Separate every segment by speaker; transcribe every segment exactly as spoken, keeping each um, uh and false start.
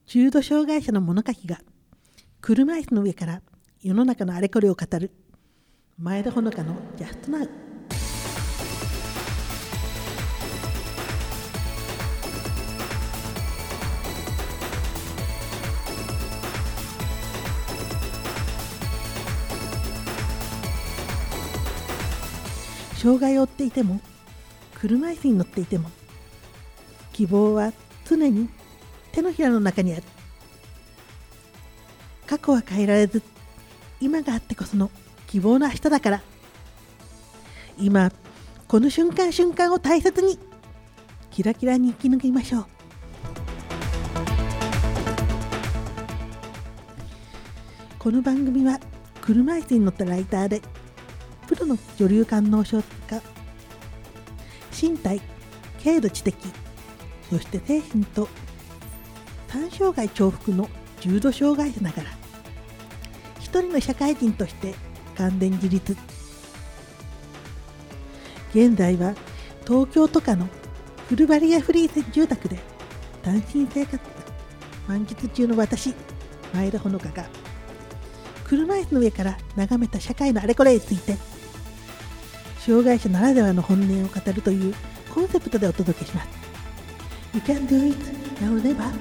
Speaker 1: 重度障害者の物書きが車椅子の上から世の中のあれこれを語る前田ほのかのジャストナウ。障害を負っていても車椅子に乗っていても希望は常に手のひらの中にある。過去は変えられず今があってこその希望の明日だから、今この瞬間瞬間を大切にキラキラに生き抜きましょう。この番組は車椅子に乗ったライターでプロの女流観音症家、身体、軽度知的、そして精神と単障害重複の重度障害者ながら一人の社会人として完全自立。現在は東京都下のフルバリアフリー住宅で単身生活満喫中の私前田ほのかが車椅子の上から眺めた社会のあれこれについて障害者ならではの本音を語るというコンセプトでお届けします。 You can do it now or never。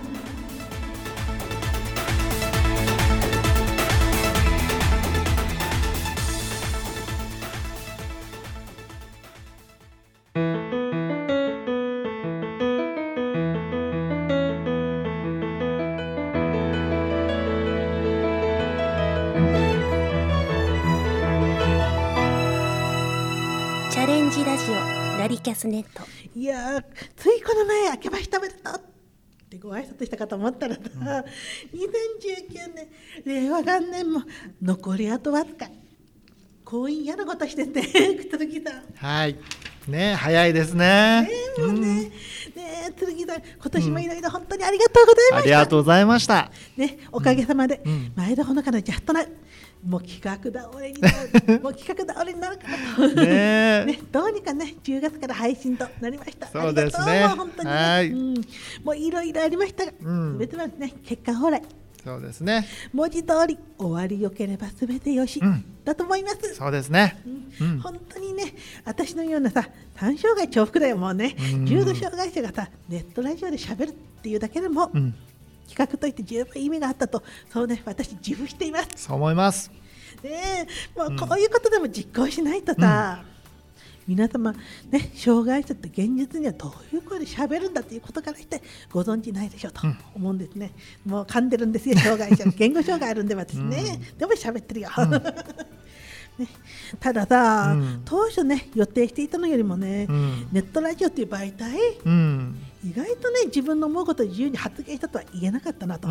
Speaker 2: チャレンジラジオラリキャスネット。
Speaker 1: いやー、ついこの前明けましておめでとうってご挨拶したかと思ったらさ、うん、にせんじゅうきゅうねん令和元年も残りあとわずか。婚姻嫌なことしてて剣さん、
Speaker 3: はいね、早いですね。
Speaker 1: ねえ、もうね、うん、ねえ、剣さん、今年もいろいろ本当にありがとうございました、うん、
Speaker 3: ありがとうございました。
Speaker 1: ね、おかげさまで、うん、前田ほのかのジャストナウ、もう企画倒れになるもう企画倒れになるかなとねね、どうにかねじゅうがつから配信となりました。
Speaker 3: そうですね、
Speaker 1: ありがとう、もう本当にね、
Speaker 3: はい、
Speaker 1: うん、もういろいろありましたが、うん、全てはね結果ほらい。
Speaker 3: そうですね、
Speaker 1: 文字通り終わりよければ全てよし、うん、だと思います。
Speaker 3: そうですね、
Speaker 1: うんうん、本当にね、私のようなさ単障害重複だよ、もうね、うん、重度障害者がさネットラジオで喋るっていうだけでも、うん、企画といって十分意味があったと、そうね、私自負しています。
Speaker 3: そう思います。
Speaker 1: ね、もうこういうことでも実行しないとさ、うん、皆様ね、障害者って現実にはどういう声で喋るんだということからしてご存知ないでしょうと思うんですね、うん、もう噛んでるんですよ、障害者言語障害あるんで私ね、うん、でも喋ってるよ、うんね、たださ、うん、当初ね予定していたのよりもね、うん、ネットラジオっていう媒体、うん、意外とね自分の思うことを自由に発言したとは言えなかったなと、うん、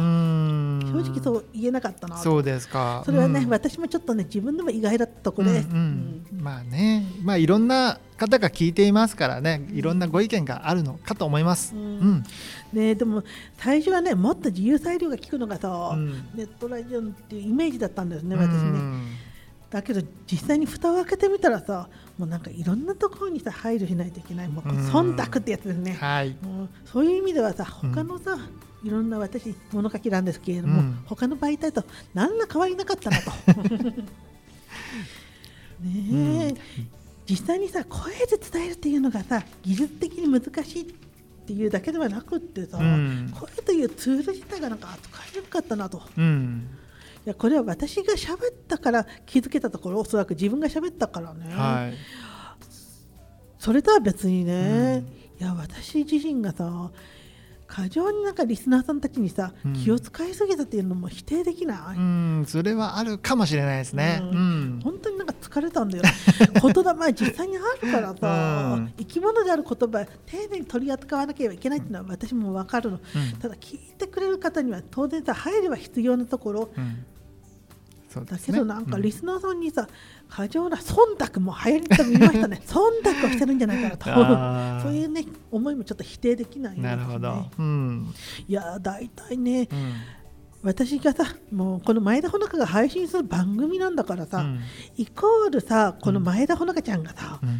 Speaker 1: 正直そう言えなかったなと。
Speaker 3: そうですか。
Speaker 1: それはね、うん、私もちょっとね自分でも意外だったところで、うん
Speaker 3: うんうん、まあね、まあいろんな方が聞いていますからね、いろんなご意見があるのかと思います、うんうん
Speaker 1: ね、でも最初はねもっと自由裁量が聞くのがさ、うん、ネットラジオっていうイメージだったんですね、私ね、うん、だけど実際に蓋を開けてみたらさ、もうなんかいろんなところにさ配慮しないといけない、もう忖度ってやつですね、はい、もうそういう意味ではさ他のさ、うん、いろんな私物書きなんですけれども、うん、他の媒体と何ら変わりなかったなとねえ、うん、実際にさ声で伝えるっていうのがさ技術的に難しいっていうだけではなくってさ、うん、声というツール自体がなんか使えなかったなと、うん、いやこれは私が喋ったから気づけたところ、おそらく自分が喋ったからね、はい、それとは別にね、うん、いや私自身がさ過剰になんかリスナーさんたちにさ、うん、気を使いすぎたっていうのも否定できない、うん、
Speaker 3: それはあるかもしれないですね、うんうん、
Speaker 1: 本当になんか疲れたんだよ言霊は実際にあるからさ、うん、生き物である言葉丁寧に取り扱わなければいけないっていうのは私も分かるの、うん、ただ聞いてくれる方には当然さ配慮は必要なところ、うんね、だけどなんかリスナーさんにさ、うん、過剰な忖度も流行りと見ましたね忖度をしてるんじゃないかなとそういうね思いもちょっと否定できない、ね、
Speaker 3: なるほど、うん、
Speaker 1: いや大体ね、うん、私がさもうこの前田ほのかが配信する番組なんだからさ、うん、イコールさこの前田ほのかちゃんがさ、うん、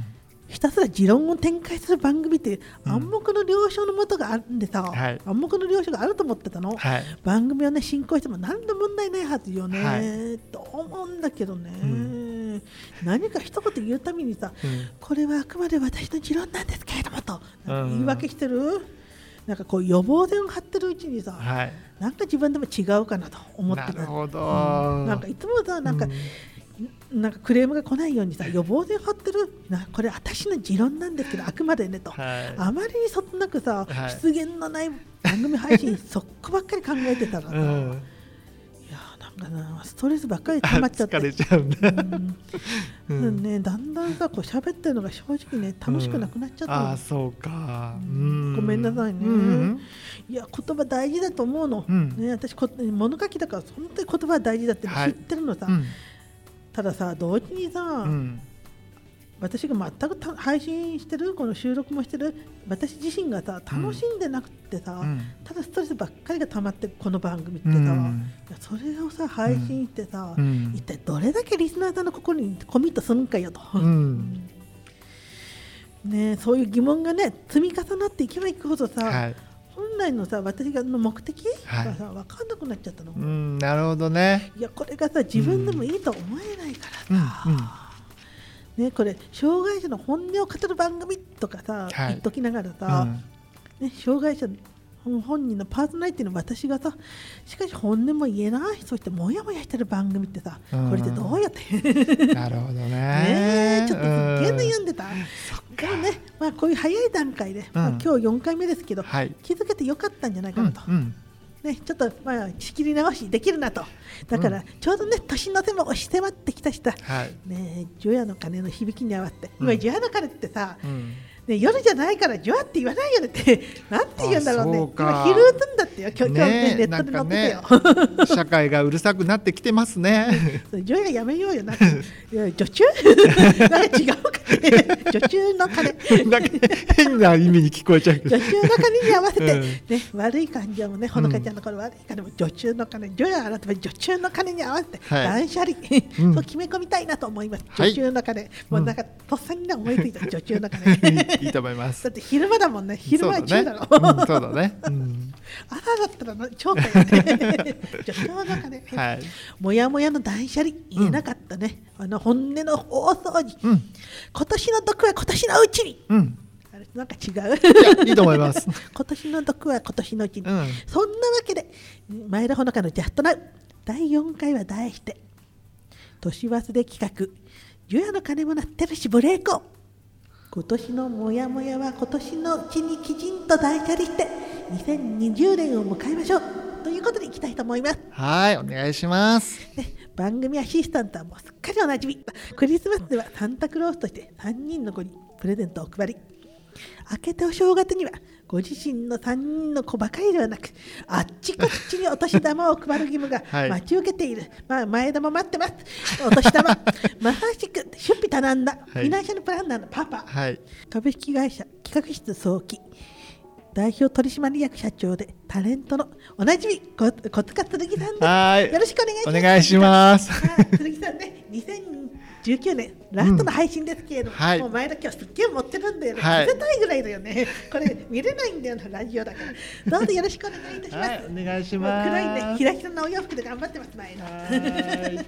Speaker 1: ひたすら持論を展開する番組っていう
Speaker 3: うん
Speaker 1: 暗黙の了承のもとがあるんでさ、
Speaker 3: はい
Speaker 1: 暗黙の了承があると思ってたの、
Speaker 3: はい
Speaker 1: 番組をね進行しても何の問題ないはずよね、
Speaker 3: は
Speaker 1: と思うんだけどね、
Speaker 3: ん
Speaker 1: 何か一言言うたびにさ、
Speaker 3: うん
Speaker 1: これはあくまで私の持論なんですけれどもと
Speaker 3: うん
Speaker 1: 言い訳してる、なんかこう予防線を張ってるうちにさ、
Speaker 3: はい
Speaker 1: なんか自分でも違うかなと思ってた。
Speaker 3: なるほど、
Speaker 1: うんなんかいつもさなんか、
Speaker 3: うん
Speaker 1: なんかクレームが来ないようにさ予防線張ってるな、これ私の持論なんですけどあくまでねと、
Speaker 3: はい
Speaker 1: あまりにそつなくさ、
Speaker 3: はい
Speaker 1: 失言のない番組配信そこばっかり考えてたらさ、
Speaker 3: うん
Speaker 1: いやなんかなストレスばっかり溜まっちゃって
Speaker 3: 疲れちゃうんだ、
Speaker 1: うんうんね、だんだんさこう喋ってるのが正直ね楽しくなくなっちゃったの、
Speaker 3: ああそうか、
Speaker 1: う
Speaker 3: うんん
Speaker 1: ごめんなさいね、
Speaker 3: うんうん
Speaker 1: いや言葉大事だと思うの、
Speaker 3: うん
Speaker 1: ね、私こ物書きだから本当に言葉は大事だって知ってるのさ、
Speaker 3: うん
Speaker 1: たださ同時にさ、
Speaker 3: うん
Speaker 1: 私が全くた配信してるこの収録もしてる私自身がさ楽しんでなくてさ、
Speaker 3: うん
Speaker 1: ただストレスばっかりが溜まってこの番組ってさ、
Speaker 3: うん
Speaker 1: いやそれをさ配信してさ、
Speaker 3: うん
Speaker 1: 一体どれだけリスナーさんの心にコミットするんかよと、
Speaker 3: うん
Speaker 1: ね、そういう疑問がね積み重なっていけばいくほどさ、
Speaker 3: はい
Speaker 1: 本来のさ私がの目的
Speaker 3: はい
Speaker 1: がさ分かんなくなっちゃったの、
Speaker 3: うんなるほどね
Speaker 1: いやこれがさ自分でもいいと思えないからさ、
Speaker 3: うんうん
Speaker 1: ね、これ障害者の本音を語る番組とかさ、
Speaker 3: はい
Speaker 1: 言っときながら
Speaker 3: う
Speaker 1: さ、
Speaker 3: ん
Speaker 1: ね、障害者本人のパーソナリティの私がさしかし本音も言えないそしてモヤモヤしてる番組ってさ、
Speaker 3: うん
Speaker 1: これってどうやって
Speaker 3: なるほどね
Speaker 1: ねえちょっとすっげえ悩んでた、
Speaker 3: うん
Speaker 1: でもね、まあ、こういう早い段階で、まあ、
Speaker 3: うん
Speaker 1: 今日よんかいめですけど、
Speaker 3: はい
Speaker 1: 気づけてよかったんじゃないか
Speaker 3: うん
Speaker 1: なと、
Speaker 3: うん
Speaker 1: ね、ちょっとまあ仕切り直しできるなとだからちょうどね年の瀬も押し迫ってきたしさ、
Speaker 3: はい
Speaker 1: ねえ除夜の鐘の響きに合わせて、
Speaker 3: うん
Speaker 1: 今除夜の鐘ってさ、
Speaker 3: うん
Speaker 1: ね、夜じゃないから除夜って言わないよねってなんて言うんだろうね
Speaker 3: あそうか
Speaker 1: 今昼打つんだってよ今日、今日ね
Speaker 3: ね
Speaker 1: ネットで載ってたよ、
Speaker 3: ね社会がうるさくなってきてますね
Speaker 1: 除夜やめようよなんかいや除虫なんか違うかね除虫の鐘
Speaker 3: なんか変な意味に聞こえちゃうけど
Speaker 1: 除虫の鐘に合わせて、
Speaker 3: うん
Speaker 1: ね、悪い感情もねほのかちゃんのこれ悪い鐘も除虫の鐘除夜改め除虫の鐘に合わせて、
Speaker 3: はい
Speaker 1: 断捨離、
Speaker 3: うん
Speaker 1: そう決め込みたいなと思います除
Speaker 3: はい
Speaker 1: 虫の鐘、もうなんかとっさにね思いついた除虫の鐘
Speaker 3: いいと思います
Speaker 1: だって昼間だもんね昼間は中だろ
Speaker 3: そうだね、うん、そうだね、うん、
Speaker 1: 朝だったらな超かよね除虫の鐘、
Speaker 3: はい、
Speaker 1: もやもやの断捨離言えなかったね、あの本音の大掃除、
Speaker 3: うん
Speaker 1: 今年の毒は今年のうちに
Speaker 3: うん、
Speaker 1: あれなんか違う
Speaker 3: いやいいと思います、
Speaker 1: 今年の毒は今年のうちに、
Speaker 3: うん、
Speaker 1: そんなわけで前田ほのかのジャストナウだいよんかいは題して年忘れ企画除夜の鐘も鳴ってるしブレーコン今年のモヤモヤは今年のうちにきちんと断捨離してにせんにじゅうねんを迎えましょうということでいきたいと思います、
Speaker 3: はいお願いします
Speaker 1: ね、番組アシスタントはもうすっかりおなじみクリスマスではサンタクロースとしてさんにんの子にプレゼントを配り明けてお正月にはご自身のさんにんの子ばかりではなくあっちこっちにお年玉を配る義務が
Speaker 3: はい
Speaker 1: 待ち受けている、まあ、前田も待ってますお年玉まさしく出費多難なフ
Speaker 3: はい
Speaker 1: ィナンシャルプランナーのパパ、
Speaker 3: はい
Speaker 1: 株式会社企画室早期代表取締役社長でタレントのおなじみこ小塚剣さんです
Speaker 3: はい
Speaker 1: よろしくお願いします
Speaker 3: お願いします
Speaker 1: はい剣さんねにせんじゅうきゅうねんラストの配信ですけれども、
Speaker 3: うんはい
Speaker 1: もう前田今日すっげえ持ってるんだよね、
Speaker 3: はい
Speaker 1: 見せたいぐらいだよねこれ見れないんだよなラジオだからどうぞよろしくお願いいたします、
Speaker 3: はいお願いし
Speaker 1: もう
Speaker 3: ます
Speaker 1: 黒いねひらひらのお洋服で頑張ってます前田
Speaker 3: はい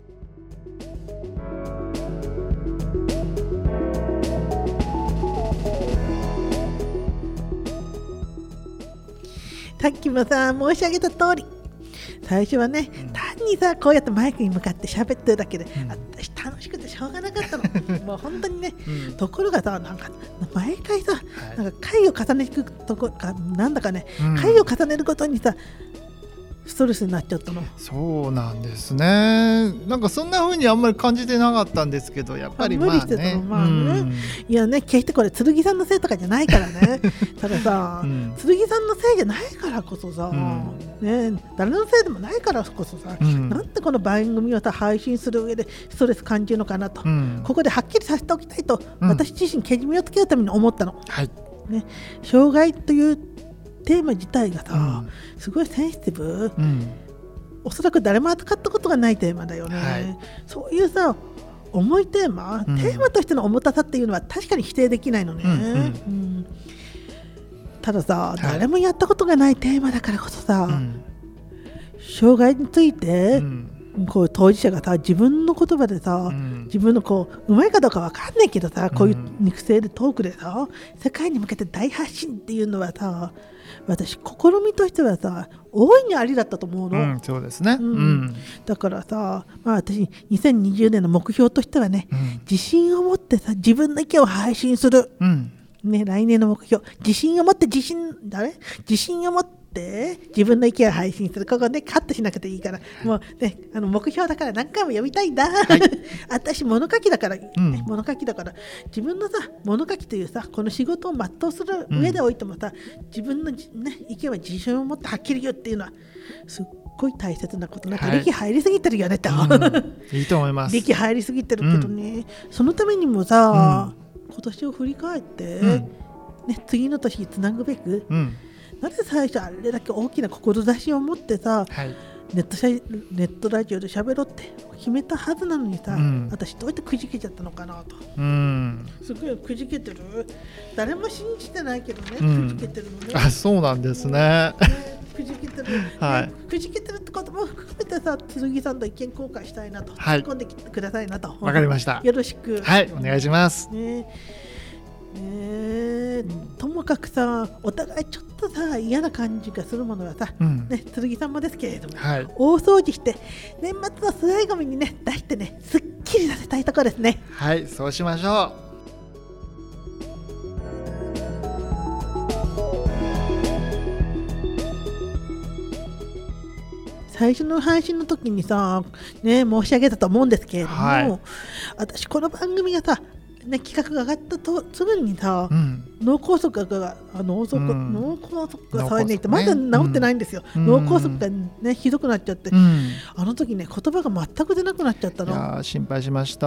Speaker 1: さっきもさ申し上げた通り最初はね、
Speaker 3: うん
Speaker 1: 単にさこうやってマイクに向かって喋ってるだけで、
Speaker 3: うん
Speaker 1: 私楽しくてしょうがなかったのもう本当にね、
Speaker 3: うん
Speaker 1: ところがさなんか毎回さ、
Speaker 3: はい
Speaker 1: なんか回を重ねていくとこかなんだかね、
Speaker 3: うん
Speaker 1: 回を重ねるごとにさストレスになっちゃったの。
Speaker 3: そうなんですね。なんかそんな風にあんまり感じてなかったんですけど、やっぱりまあ
Speaker 1: 無理してた
Speaker 3: ね。
Speaker 1: のまあね
Speaker 3: うん
Speaker 1: いやね決してこれ剣さんのせいとかじゃないからねたださ、
Speaker 3: うん
Speaker 1: 剣さんのせいじゃないからこそさ、
Speaker 3: うん
Speaker 1: ね、誰のせいでもないからこそさ、
Speaker 3: うん
Speaker 1: なんでこの番組をさ配信する上でストレス感じるのかなと、
Speaker 3: うん
Speaker 1: ここではっきりさせておきたいと、
Speaker 3: うん
Speaker 1: 私自身けじめをつけるために思ったの、
Speaker 3: はい。
Speaker 1: ね、障害というテーマ自体がさ、
Speaker 3: うん
Speaker 1: すごいセンシティブ、
Speaker 3: うん
Speaker 1: おそらく誰も扱ったことがないテーマだよね、
Speaker 3: はい
Speaker 1: そういうさ重いテーマ、
Speaker 3: うん、
Speaker 1: テーマとしての重たさっていうのは確かに否定できないのね、
Speaker 3: うんうん
Speaker 1: うん、たださ、
Speaker 3: はい、
Speaker 1: 誰もやったことがないテーマだからこそさ、
Speaker 3: うん、
Speaker 1: 障害について、
Speaker 3: うん
Speaker 1: こう当事者がさ自分の言葉でさ、
Speaker 3: うん、
Speaker 1: 自分のこううまいかどうかわかんないけどさ、こういう肉声でトークでさ世界に向けて大発信っていうのはさ、私試みとしてはさ大いにありだったと思うの、
Speaker 3: うん、そうですね、
Speaker 1: うん
Speaker 3: うん、
Speaker 1: だからさ、まあ、私にせんにじゅうねんの目標としてはね、
Speaker 3: うん、
Speaker 1: 自信を持ってさ自分の意見を配信する、
Speaker 3: うん
Speaker 1: ね、来年の目標、自信を持って自信誰自信を持って自分の意見を配信する。ここねカットしなくていいからもうね、あの目標だから何回も読みたいんだ、はい、私物書きだから、
Speaker 3: うん
Speaker 1: ね、物書きだから自分のさ物書きというさこの仕事を全うする上でおいてもさ、うん、自分の、ね、意見は自信を持ってはっきり言うっていうのはすっごい大切なこと。なんか力入りすぎてるよねって、
Speaker 3: はいうん、いいと思います。
Speaker 1: 力入りすぎてるけどね、うん、そのためにもさ、うん、今年を振り返って、うんね、次の年につなぐべく、うんなぜ最初あれだけ大きな志を持ってさ、はい、ネットしゃネットラジオで喋ろうって決めたはずなのにさ、うん、私どうやってくじけちゃったのかなと、うん、すごいくじけてる。誰も信じてないけどね、うん、くじけてるのね。
Speaker 3: あ、そうなんですね。
Speaker 1: ねくじけてる、
Speaker 3: はい
Speaker 1: ね、くじけてるってことも含めてさ、剣さんと意見交換したいなと、
Speaker 3: はい、
Speaker 1: 突っ込んできてくださいなと。
Speaker 3: わかりました。
Speaker 1: よろしく。
Speaker 3: はい、お願いします。
Speaker 1: ねね、ともかくさお互いちょっとさ嫌な感じがするものはさ、うんね、剣さんもですけれども、はい、大掃除して年末の最後にね出してねすっきりさせたいところですね。
Speaker 3: はい、そうしましょう。
Speaker 1: 最初の配信の時にさ、ね、申し上げたと思うんですけれども、はい、私この番組がさね、企画が上がったとすぐにさ、うん、脳梗塞があ脳梗、うん、脳梗塞が騒いでいて、ね、まだ治ってないんですよ、うん、脳梗塞が、ね、ひどくなっちゃって、うん、あの時ね言葉が全く出なくなっちゃったの。
Speaker 3: いや心配しました、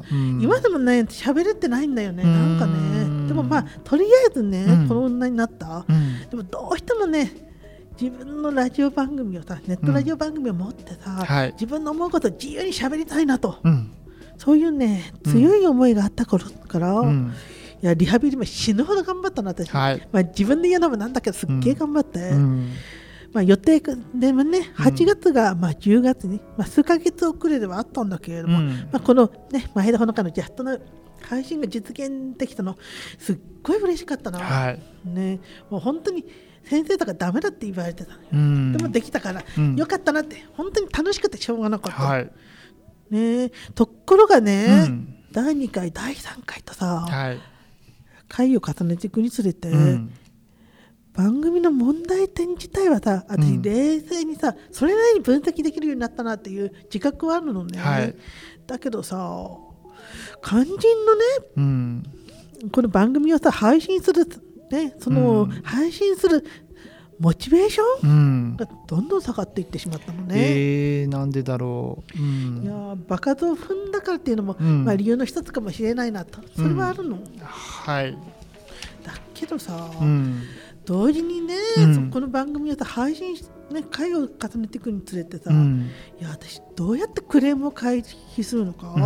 Speaker 1: うんうん、今でもね喋れてないんだよね、なんかね。でもまあとりあえずね、うん、こんなになった、うん、でもどうしてもね自分のラジオ番組をさネットラジオ番組を持ってさ、うんはい、自分の思うことを自由に喋りたいなと、うんそういうね強い思いがあった頃から、うん、いやリハビリも死ぬほど頑張ったの私、はいまあ、自分で言うのもなんだけどすっげえ頑張って、うんまあ、予定でもねはちがつがまあじゅうがつに、まあ、数ヶ月遅れではあったんだけれども、うんまあ、このね前田ほのかのジャストの配信が実現できたのすっごい嬉しかったな、はいね、もう本当に先生とかダメだって言われてたのよ、うん、でもできたから、うん、よかったなって本当に楽しくてしょうがなかった、はいね、ところがね、うん、だいにかいだいさんかいとさ、はい、回を重ねていくにつれて、うん、番組の問題点自体はさ私冷静にさ、うん、それなりに分析できるようになったなっていう自覚はあるのね、はい、だけどさ肝心のね、うん、この番組をさ配信する、ね、その、うん、配信するモチベーションがどんどん下がっていってしまったのね、うん
Speaker 3: えー、なんでだろう、うん、
Speaker 1: いや場数を踏んだからっていうのも、うんまあ、理由の一つかもしれないなとそれはあるの、うん、
Speaker 3: はい
Speaker 1: だけどさ、うん、同時にね、うん、この番組をさ配信し、ね、回を重ねていくにつれてさ、うん、いや私どうやってクレームを回避するのか、うん、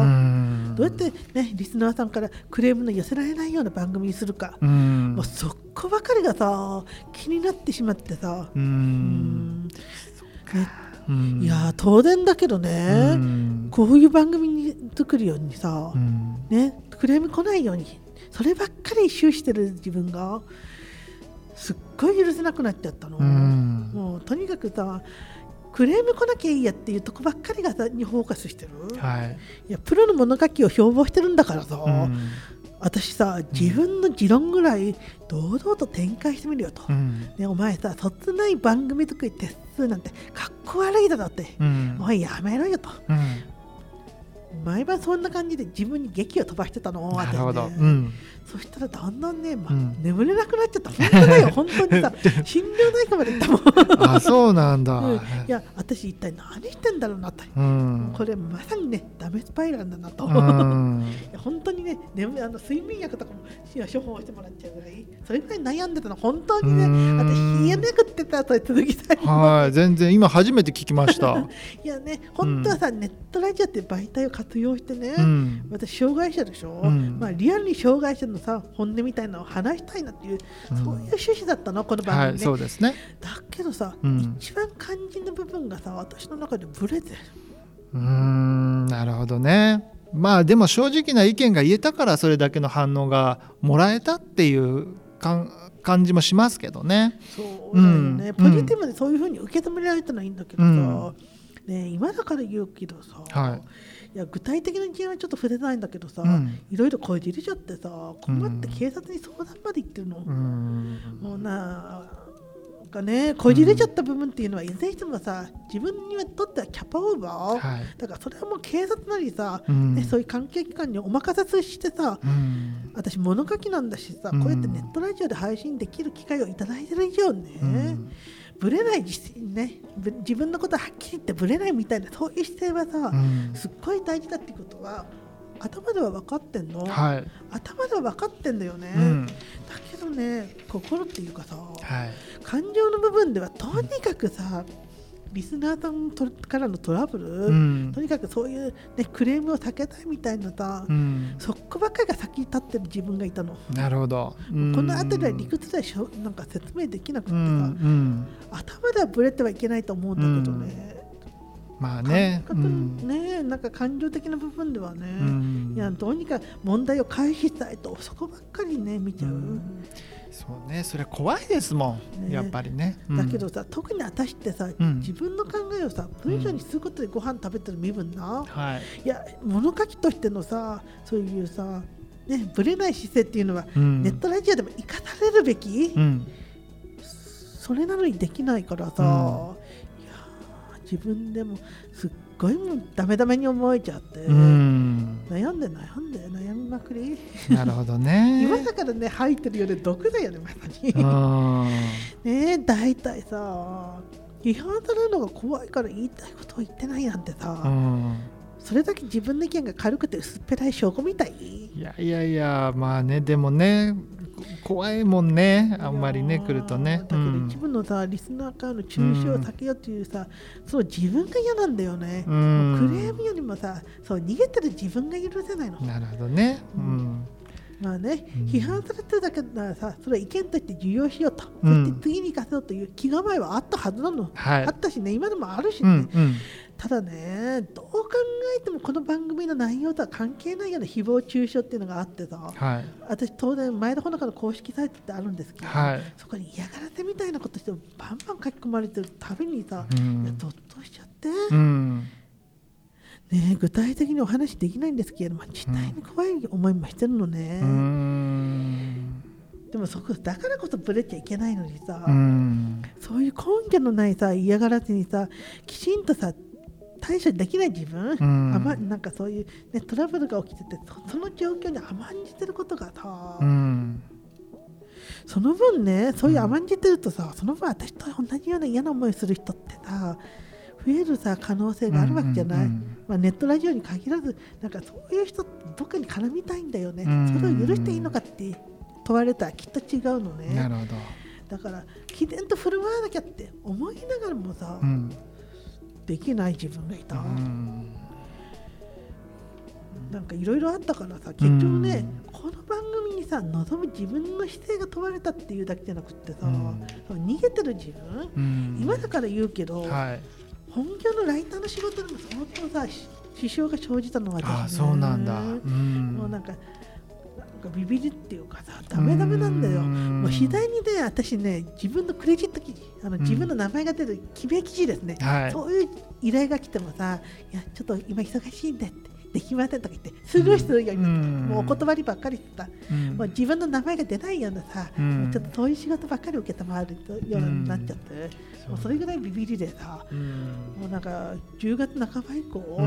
Speaker 1: どうやって、ね、リスナーさんからクレームの寄せられないような番組にするか、うん、もうそこばかりがさ気になってしまってさ、うんうんねうん、いや当然だけどね、うん、こういう番組に作るようにさ、うんね、クレーム来ないようにそればっかり終してる自分がすっごい許せなくなっちゃったの、うん、もうとにかくさクレーム来なきゃいいやっていうとこばっかりがさにフォーカスしてる、はい、いやプロの物書きを標榜してるんだからさ、うん、私さ自分の持論ぐらい堂々と展開してみるよと、うんね、お前さそつない番組作り手数なんてかっこ悪いだろって、うん、お前やめろよと、うん、毎晩そんな感じで自分に劇を飛ばしてたの。
Speaker 3: なるほど、うん、
Speaker 1: そしたらだんだんね、まあうん、眠れなくなっちゃった。本当だよ本当にさ心療内科まで行ったもんあ
Speaker 3: そうなんだ、
Speaker 1: うん、いや私一体何してんだろうなと、うん、これまさにねダメスパイラルだなと、うん、いや本当にね眠あの睡眠薬とかも処方してもらっちゃうぐらいそれぐらい悩んでたの本当にね。私冷えなくってたそれ続きたい
Speaker 3: はい全然今初めて聞きました
Speaker 1: いやね本当はさ、うん、ネットラジオっていう媒体を重活用してね、
Speaker 3: うん、
Speaker 1: 私障害者でしょ、
Speaker 3: うん、
Speaker 1: まあ、リアルに障害者のさ本音みたいなのを話したいなっていう、うん、そういう趣旨だったのこの番組ね、はい、
Speaker 3: そうですね。
Speaker 1: だけどさ、
Speaker 3: うん、
Speaker 1: 一番肝心な部分がさ私の中でブレてる。
Speaker 3: うーん、なるほどね。まあでも正直な意見が言えたからそれだけの反応がもらえたっていう感じもしますけどね。
Speaker 1: そうだよね、うん、ポジティブでそういうふうに受け止められたのはいいんだけどさ、うんね、今だから言うけどさ、はい、いや具体的な事案はちょっと触れないんだけどさ、うん、いろいろこじれちゃってさ困って警察に相談まで行ってるの、うん、もうなかねこじれちゃった部分っていうのはいずれにしてもさ自分にとってはキャパオーバー、はい、だからそれはもう警察なりさ、うんね、そういう関係機関にお任せしてさ、うん、私物書きなんだしさ、うん、こうやってネットラジオで配信できる機会をいただいてる以上ね、うん、ぶれない実践ね自分のことははっきり言ってぶれないみたいなそういう姿勢はさ、うん、すっごい大事だっていうことは頭では分かってんの、はい、頭では分かってんだよね、うん、だけどね心っていうかさ、はい、感情の部分ではとにかくさ、うん、リスナーさんからのトラブル、うん、とにかくそういう、ね、クレームを避けたいみたいなさ、うん、そこばっかりが先に立ってる自分がいたの。
Speaker 3: なるほど。
Speaker 1: このあたりは理屈ではしょなんか説明できなくてさ、うんうん、頭ではブレてはいけないと思うんだけどね、うん
Speaker 3: まあね、
Speaker 1: うん、ねなんか感情的な部分ではね、うん、いやどうにか問題を回避したいとそこばっかりね見ちゃう、うん、
Speaker 3: そうねそれ怖いですもん、ね、やっぱりね、
Speaker 1: うん、だけどさ特に私ってさ、うん、自分の考えをさ文章にすることでご飯食べてる身分な、うんはい、いや物書きとしてのさそういうさ、ね、ぶれない姿勢っていうのは、うん、ネットラジオでも生かされるべき、うん、それなのにできないからさ、うん自分でもすっごいもうダメダメに思えちゃって、うん、悩んで悩んで悩みまくり。
Speaker 3: なるほどね。
Speaker 1: 今だからね入ってるよね毒だよねまさに。ねえ大体さ批判されるのが怖いから言いたいことを言ってないなんてさ、うん、それだけ自分の意見が軽くて薄っぺらい証拠みたい。
Speaker 3: いやいやいやまあねでもね怖いもんねあんまりね来るとね
Speaker 1: だけど一部のさ、うん、リスナーからの中傷を避けようというさ、うん、そう自分が嫌なんだよね、うん、クレームよりもさそう逃げてる自分が許せないの。
Speaker 3: なるほどね、うん、
Speaker 1: まあね、うん、批判されてるだけならさそれは意見として受容しようと、うん、そして次に生かそうという気構えはあったはずなの、はい、あったしね今でもあるしね、うんうん、ただねどう考えてもこの番組の内容とは関係ないような誹謗中傷っていうのがあってさ、はい、私当然前田穂香の公式サイトってあるんですけど、はい、そこに嫌がらせみたいなことしてバンバン書き込まれてるたびにさ、うん、いやゾッとしちゃって、うんね、具体的にお話できないんですけれども実態に怖い思いもしてるのね、うん、でもそこだからこそブレちゃいけないのにさ、うん、そういう根拠のないさ嫌がらせにさきちんとさ対処できない自分、うん、甘なんかそういう、ね、トラブルが起きてて そ, その状況に甘んじてることがさ、うん、その分ねそういう甘んじてるとさ、うん、その分私と同じような嫌な思いする人ってさ増えるさ可能性があるわけじゃない、うんうんうんまあ、ネットラジオに限らずなんかそういう人どっかに絡みたいんだよね、うんうんうん、それを許していいのかって問われたらきっと違うのね。
Speaker 3: なるほど。
Speaker 1: だからきぜんと振る舞わなきゃって思いながらもさ、うんできない自分がいた、うん、なんかいろいろあったからさ結局ね、うん、この番組にさ望む自分の姿勢が問われたっていうだけじゃなくってさ、うん、逃げてる自分、うん、今だから言うけど、はい、本業のライターの仕事でも相当さ支障が生じたのは私、ね、
Speaker 3: あそうなんだ、うん、
Speaker 1: もうなんかビビりっていうかさダメダメなんだよ。もう次第にね私ね自分のクレジット記事あの自分の名前が出る記名記事ですね、うんはい、そういう依頼が来てもさいやちょっと今忙しいんでってできませんとか言ってスルーするようになった、うん、もうお断りばっかりしてた、うん、もう自分の名前が出ないようなさ、うん、もうちょっとそういう仕事ばっかり受けたまわるようになっちゃって、うん、もうそれぐらいビビりでさ、うん、もうなんかじゅうがつなかば以降、うん、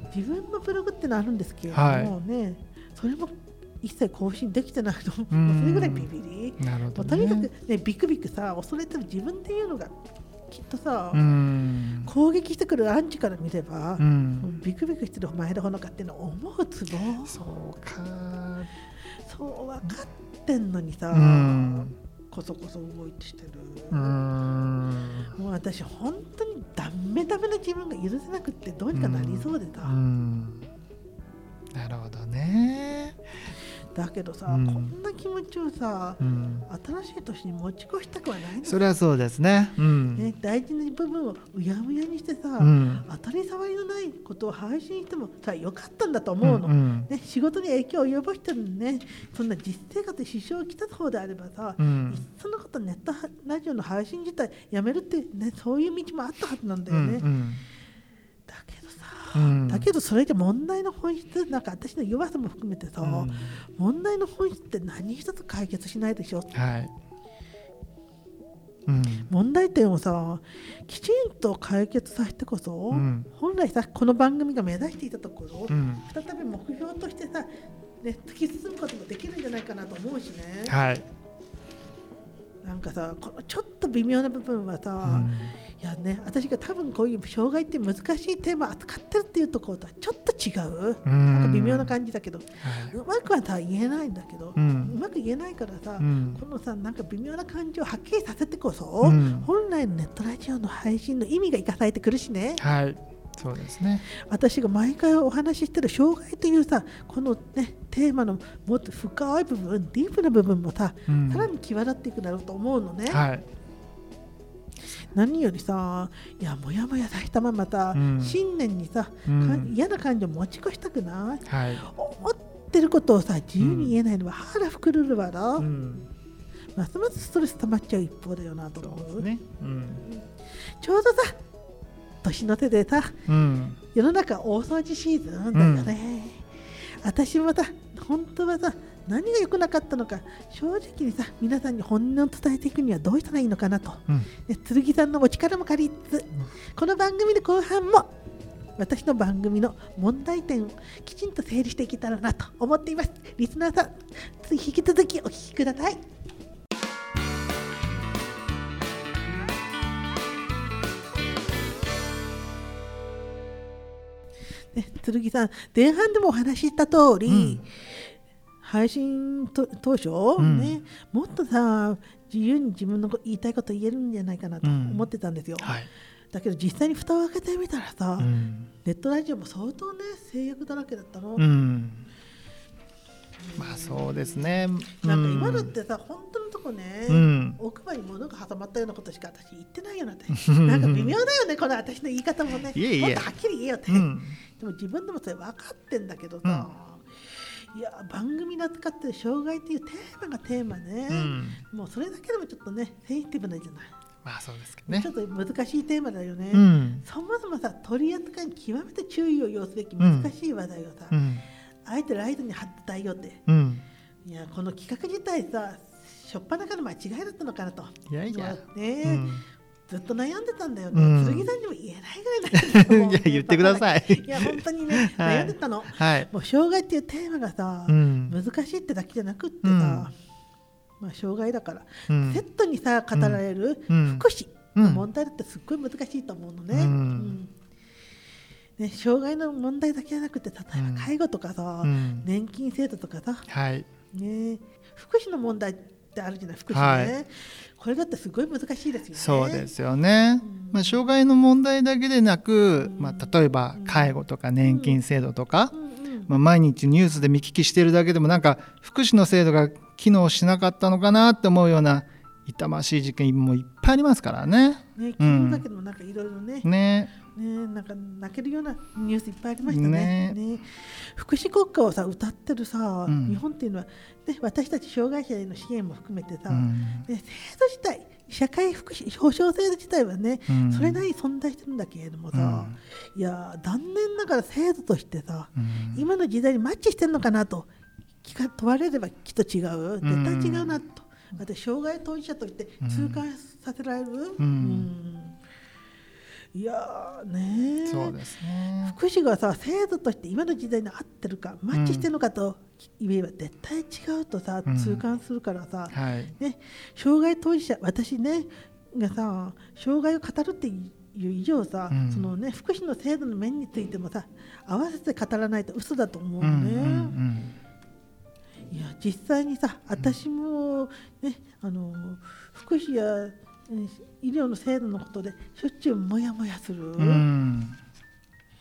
Speaker 1: 自分のブログってのあるんですけれども、はい、ねそれも一切更新できてないの、うん、それぐらいビビり。
Speaker 3: なるほどね、
Speaker 1: とにかく、ね、ビクビクさ恐れてる自分っていうのがきっとさ、うん、攻撃してくるアンチから見れば、うん、ビクビクしてる前田穂香っていうのを思うツボ
Speaker 3: そうか
Speaker 1: そう分かってんのにさ、うん、こそこそ動いてしてる、うん、もう私本当にダメダメな自分が許せなくってどうにかなりそうでさ、うんうん
Speaker 3: なるほどね。
Speaker 1: だけどさ、
Speaker 3: うん、
Speaker 1: こんな気持ちをさ、うん、新しい年に持ち越したくはないんだ。
Speaker 3: それはそうですね、うん
Speaker 1: ね、大事な部分をうやむやにしてさ、うん、当たり障りのないことを配信してもさ良かったんだと思うの、うんうんね、仕事に影響を及ぼしてるのね。そんな実生活に支障をきたす方であればさ、うん、いっそのことネットラジオの配信自体やめるって、ね、そういう道もあったはずなんだよね、うんうん、だけどさ、うん、だけどそれで問題の本質、なんか私の弱さも含めてさ、うん、問題の本質って何一つ解決しないでしょ、はいうん、問題点をさきちんと解決させてこそ、うん、本来さこの番組が目指していたところ、うん、再び目標としてさ、ね、突き進むこともできるんじゃないかなと思うしね、はい、なんかさこのちょっと微妙な部分はさ、うんいやね、私が多分こういう障害って難しいテーマを扱ってるっていうところとはちょっと違う、うん、なんか微妙な感じだけど、はい、うまくはさ言えないんだけど、うん、うまく言えないからさ、うん、このさなんか微妙な感じをはっきりさせてこそ、うん、本来のネットラジオの配信の意味が生かされてくるしね、はい、そうですね。私が毎回お話ししてる障害というさこのねテーマのもっと深い部分ディープな部分もさ、うん、さらに際立っていくだろうと思うのね、はい何よりさいやもやもやさせたままた、うん、新年にさ、うん、嫌な感情持ち越したくない、はい、思ってることをさ自由に言えないのは腹膨れるわな、うん、ますますストレス溜まっちゃう一方だよなと思う、ねうん、ちょうどさ年の瀬でさ、うん、世の中大掃除シーズンだよね、うん、私もさ本当はさ何が良くなかったのか正直にさ皆さんに本音を伝えていくにはどうしたらいいのかなと、うん、剣さんのお力も借りつつこの番組の後半も私の番組の問題点をきちんと整理していけたらなと思っています。リスナーさん引き続きお聞きください。ね、剣さん前半でもお話しした通り、うん配信と当初、うんね、もっとさ自由に自分の言いたいこと言えるんじゃないかなと思ってたんですよ、うんはい、だけど実際に蓋を開けてみたらさ、うん、ネットラジオも相当ね制約だらけだったの、うん、
Speaker 3: まあそうですね、
Speaker 1: なんか今のってさ本当のとこね、うん、奥歯に物が挟まったようなことしか私言ってないよなってなんか微妙だよねこの私の言い方もねいえいえもっとはっきり言えよって、うん、でも自分でもそれ分かってんだけどさ、うんいや番組で扱ってる障害っていうテーマがテーマね、うん、もうそれだけでもちょっとねセンシティブなんじゃない。
Speaker 3: まあそうですけどね。
Speaker 1: ちょっと難しいテーマだよね、うん、そもそもさ取り扱いに極めて注意を要すべき難しい話題をさ、うん、あえてライトに貼ってたいよって、うん、いやこの企画自体さしょっぱなから間違いだったのかなと
Speaker 3: いやいや、
Speaker 1: ねうんずっと悩んでたんだよね、
Speaker 3: うん、
Speaker 1: 剣さんにも言えないぐらい
Speaker 3: いや言ってください
Speaker 1: いや本当にね、はい、悩んでたの、はい、もう障害っていうテーマがさ、うん、難しいってだけじゃなくってさ、うんまあ、障害だから、うん、セットにさ語られる福祉の問題だってすっごい難しいと思うのね、うんうんね障害の問題だけじゃなくて例えば介護とかさ、うん、年金制度とかさ、はいね、福祉の問題ってあるじゃない福祉ね、はいこれだってすごい難しいですよね。
Speaker 3: そうですよね、うんまあ、障害の問題だけでなく、うんまあ、例えば介護とか年金制度とか、うんうんまあ、毎日ニュースで見聞きしているだけでもなんか福祉の制度が機能しなかったのかなって思うような痛ましい事件もいっぱいありますからね。
Speaker 1: ね昨日だけでもなんかいろいろね、うん、ねねなんか泣けるようなニュースいっぱいありましたね。ねね福祉国家をさ歌ってるさ、うん、日本っていうのは、ね、私たち障害者への支援も含めてさ、うんね、制度自体社会福祉保障制度自体はね、うん、それなりに存在してるんだけれどもさ、うん、いや残念ながら制度としてさ、うん、今の時代にマッチしてるのかなと問われればきっと違う絶対違うなと、うん、私障害当事者として痛感させられる、うんうんいやね
Speaker 3: そうですね
Speaker 1: 福祉がさ制度として今の時代に合ってるかマッチしてるのかと言えば絶対違うとさ、うん、痛感するからさ、はいね、障害当事者私ねがさ障害を語るっていう以上さ、うん、そのね、福祉の制度の面についてもさ合わせて語らないと嘘だと思うね、うんうんうんいや実際にさ私も、ね、あの福祉や医療の制度のことでしょっちゅうモヤモヤする、うん、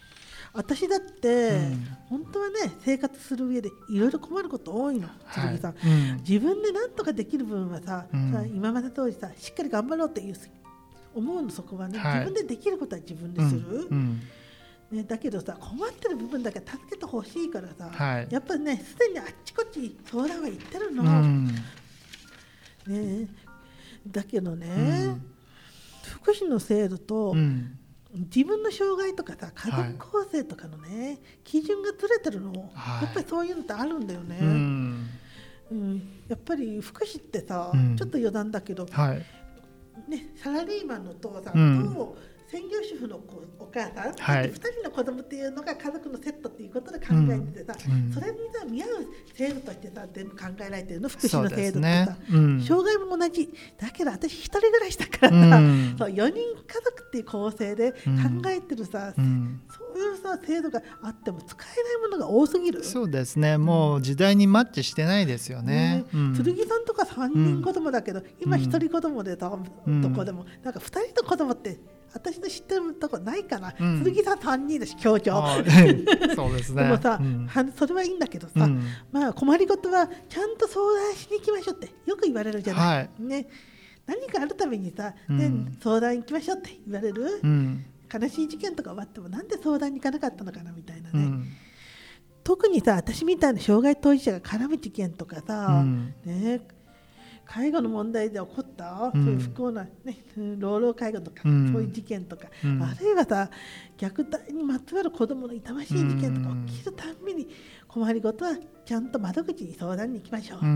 Speaker 1: 私だって、うん、本当はね生活する上でいろいろ困ること多いの、はい、さん、うん、自分で何とかできる分はさ、うん、さ今まで通りさしっかり頑張ろうっていう思うの、そこはね、はい、自分でできることは自分でする、うんうんね、だけどさ困ってる部分だけ助けてほしいからさ、はい、やっぱりねすでにあっちこっち相談は行ってるの、うんね、だけどね、うん、福祉の制度と、うん自分の障害とかさ家族構成とかのね、はい、基準がずれてるの、はい、やっぱりそういうのってあるんだよね、うんうん、やっぱり福祉ってさ、うん、ちょっと余談だけど、はいね、サラリーマンのお父さんと、うん専業主婦の子お母さん、はい、ふたりの子供っていうのが家族のセットっていうことで考えててさ、うん、それにさ見合う制度としてさ全部考えられてるの福祉の制度ってさ、ねうん、障害も同じだけど私一人暮らしだからさ、うん、そうよにん家族っていう構成で考えてるさ、うん、そういうさ制度があっても使えないものが多すぎる。
Speaker 3: そうですねもう時代にマッチしてないですよね、
Speaker 1: うん、剣さんとかさんにん子供だけど、うん、今ひとり子供でさ、うん、とこでもなんかふたりの子供って私の知ってるとこないかな、うん、剣さんさんにんだし協調
Speaker 3: そうですね
Speaker 1: でもさ、うん、それはいいんだけどさ、うん、まあ困りごとはちゃんと相談しに行きましょうってよく言われるじゃない、はいね、何かあるためにさ、ねうん、相談行きましょうって言われる、うん、悲しい事件とか終わってもなんで相談に行かなかったのかなみたいなね、うん、特にさ私みたいな障害当事者が絡む事件とかさ、うんね介護の問題で起こった、うん、そういう不幸な、ね、老老介護とか、うん、そういう事件とか、うん、あるいはさ虐待にまつわる子どもの痛ましい事件とか起きるたんびに困りごとはちゃんと窓口に相談に行きましょう、うん、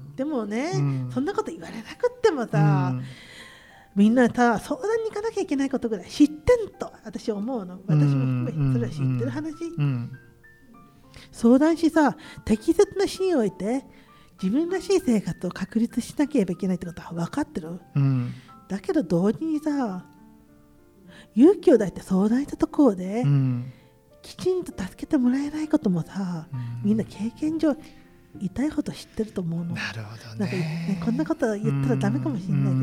Speaker 1: でもね、うん、そんなこと言われなくってもさ、うん、みんなさ相談に行かなきゃいけないことぐらい知ってんと私は思うの。私も含めそれは知ってる話、うん、相談しさ適切な支援を得て自分らしい生活を確立しなければいけないってことは分かってる、うん、だけど同時にさ勇気を出して相談したところで、うん、きちんと助けてもらえないこともさ、うん、みんな経験上痛いほど知ってると思うの。
Speaker 3: なるほどね。
Speaker 1: なんかねこんなこと言ったらダメかもしれないけど、うん、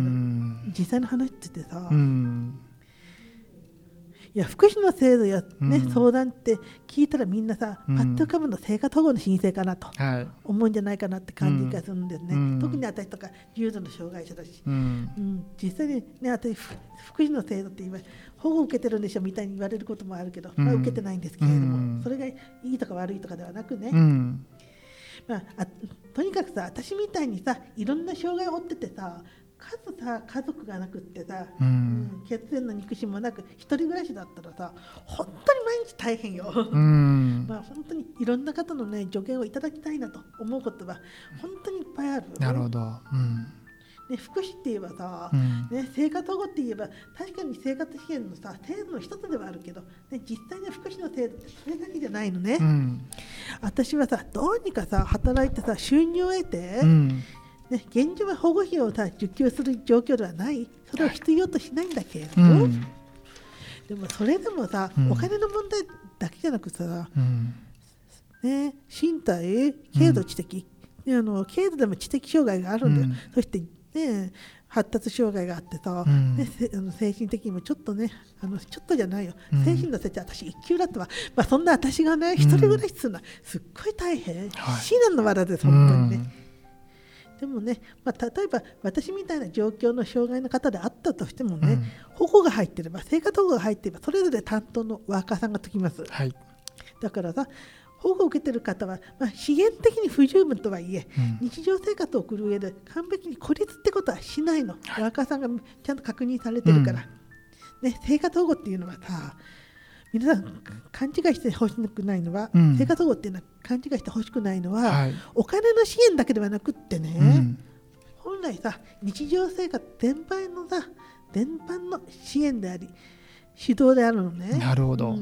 Speaker 1: 実際の話って言ってさ、うんいや福祉の制度や、ねうん、相談って聞いたらみんなさ、うん、パッと浮かぶの生活保護の申請かなと思うんじゃないかなって感じがするんですね、うん、特に私とか重度の障害者だし、うんうん、実際に、ね、私福祉の制度って今保護を受けてるんでしょみたいに言われることもあるけど、うんまあ、受けてないんですけれども、うん、それがいいとか悪いとかではなくね、うんまあ、あとにかくさ私みたいにさいろんな障害を負っててさ数さ家族がなくってさ、うんうん、血縁の肉親もなく一人暮らしだったらさ本当に毎日大変よ、うんまあ、本当にいろんな方の、ね、助言をいただきたいなと思うことは本当にいっぱいある。
Speaker 3: なるほど、うん
Speaker 1: ね、福祉って言えばさ、うんね、生活保護って言えば確かに生活支援のさ制度の一つではあるけど、ね、実際に福祉の制度ってそれだけじゃないのね、うん、私はさどうにかさ働いてさ収入を得て、うんね、現状は保護費をさ受給する状況ではないそれを必要としないんだけれども、うん、でもそれでもさ、うん、お金の問題だけじゃなくさ、うんね、身体軽度知的、うん、あの軽度でも知的障害があるんだよ、うん、そして、ね、発達障害があってさ、うんね、あの精神的にもちょっとねあのちょっとじゃないよ、うん、精神の設置は私一級だったわ、まあ、そんな私がね一人暮らしするのはすっごい大変、はい、至難の藁です本当にね、うんでもね、まあ、例えば私みたいな状況の障害の方であったとしてもね、うん、保護が入っていれば生活保護が入っていればそれぞれ担当のワーカーさんがつきます、はい、だからさ保護を受けている方は、まあ、資源的に不十分とはいえ、うん、日常生活を送る上で完璧に孤立ってことはしないの、はい、ワーカーさんがちゃんと確認されてるから、うんね、生活保護っていうのはさ皆さん勘違いしてほしくないのは、うん、生活保護っていうのは勘違いしてほしくないのは、はい、お金の支援だけではなくってね、うん、本来さ日常生活全般のさ全般の支援であり指導であるのね。
Speaker 3: なるほど、うん、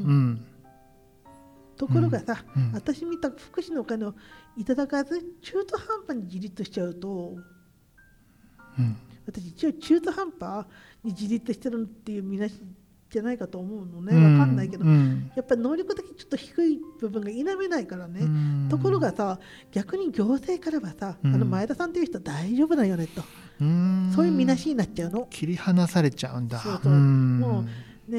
Speaker 1: ところがさ、うん、私みた福祉のお金をいただかず中途半端に自立しちゃうと、うん、私一応中途半端に自立してるっていう見なしじゃないかと思うのね、分かんないけど、うん、やっぱり能力的にちょっと低い部分が否めないからね、うん、ところがさ逆に行政からはさ、うん、あの前田さんという人大丈夫だよねと、うん、そういう見なしになっちゃうの。
Speaker 3: 切り離されちゃうんだ。
Speaker 1: そうそう、うん、もうね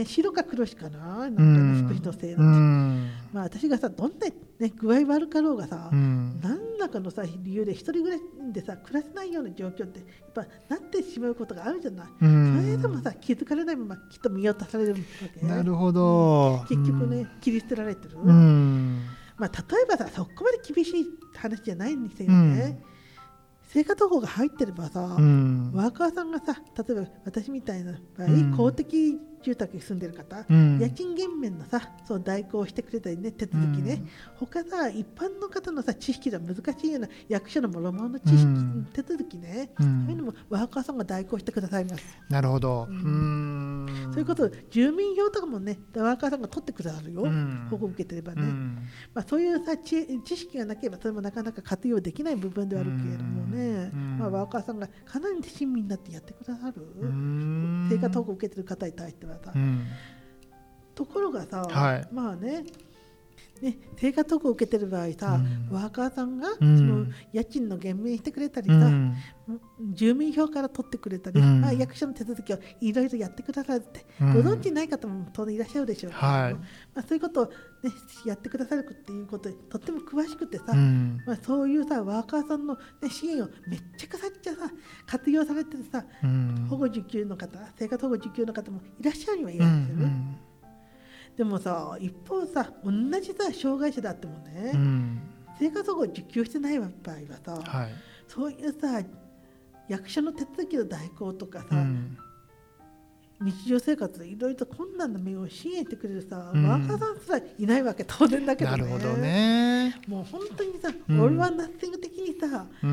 Speaker 1: ね、白か黒しかな、なんかね、福祉の制度って、まあ、私がさどんな、ね、具合悪かろうがさ、何らかのさ理由で一人暮らしでさ暮らせないような状況ってやっぱなってしまうことがあるじゃない。それでもさ気づかれないままきっと見落とされるわけ。
Speaker 3: なるほど、
Speaker 1: 結局ね、切り捨てられてる。まあ、例えばさそこまで厳しい話じゃないんですよね。生活保護が入ってればさ、ワーカーさんがさ例えば私みたいな場合、公的住宅に住んでる方、家賃減免のさそう代行してくれたりね、手続きね、他さ一般の方のさ知識では難しいような役所の諸々の知識、手続きね、そういうのもワーカーさんが代行してくださいます。
Speaker 3: なるほど、
Speaker 1: そういうこと住民票とかもねワーカーさんが取ってくださるよ、保護を受けてればね、まあ、そういうさ 知, 知識がなければそれもなかなか活用できない部分ではあるけれどもね、まあ、ワーカーさんがかなり親身になってやってくださる、生活保護を受けてる方に対してはさ、ところがさ、はい、まあねね、生活保護を受けてる場合さ、うん、ワーカーさんがその家賃の減免してくれたりさ、うん、住民票から取ってくれたり、うんまあ、役所の手続きをいろいろやってくださるって、うん、ご存知ない方も当然いらっしゃるでしょうけど、はいまあ、そういうことを、ね、やってくださるっていうことでとっても詳しくてさ、うんまあ、そういうさワーカーさんの、ね、支援をめっちゃくさっちゃさ活用されてるさ、うん、保護受給の方生活保護受給の方もいらっしゃるにはいらっしゃる、うんうんでもさ一方さ同じさ障害者であってもね、うん、生活保護を受給してない場合はさ、はい、そういうさ役所の手続きの代行とかさ、うん、日常生活でいろいろと困難な面を支援してくれるさ、うん、ワーカーさんすらいないわけ当然だけどね。なるほどね。もう本当にさ、うん、オールワンナッシング的にさ、うん、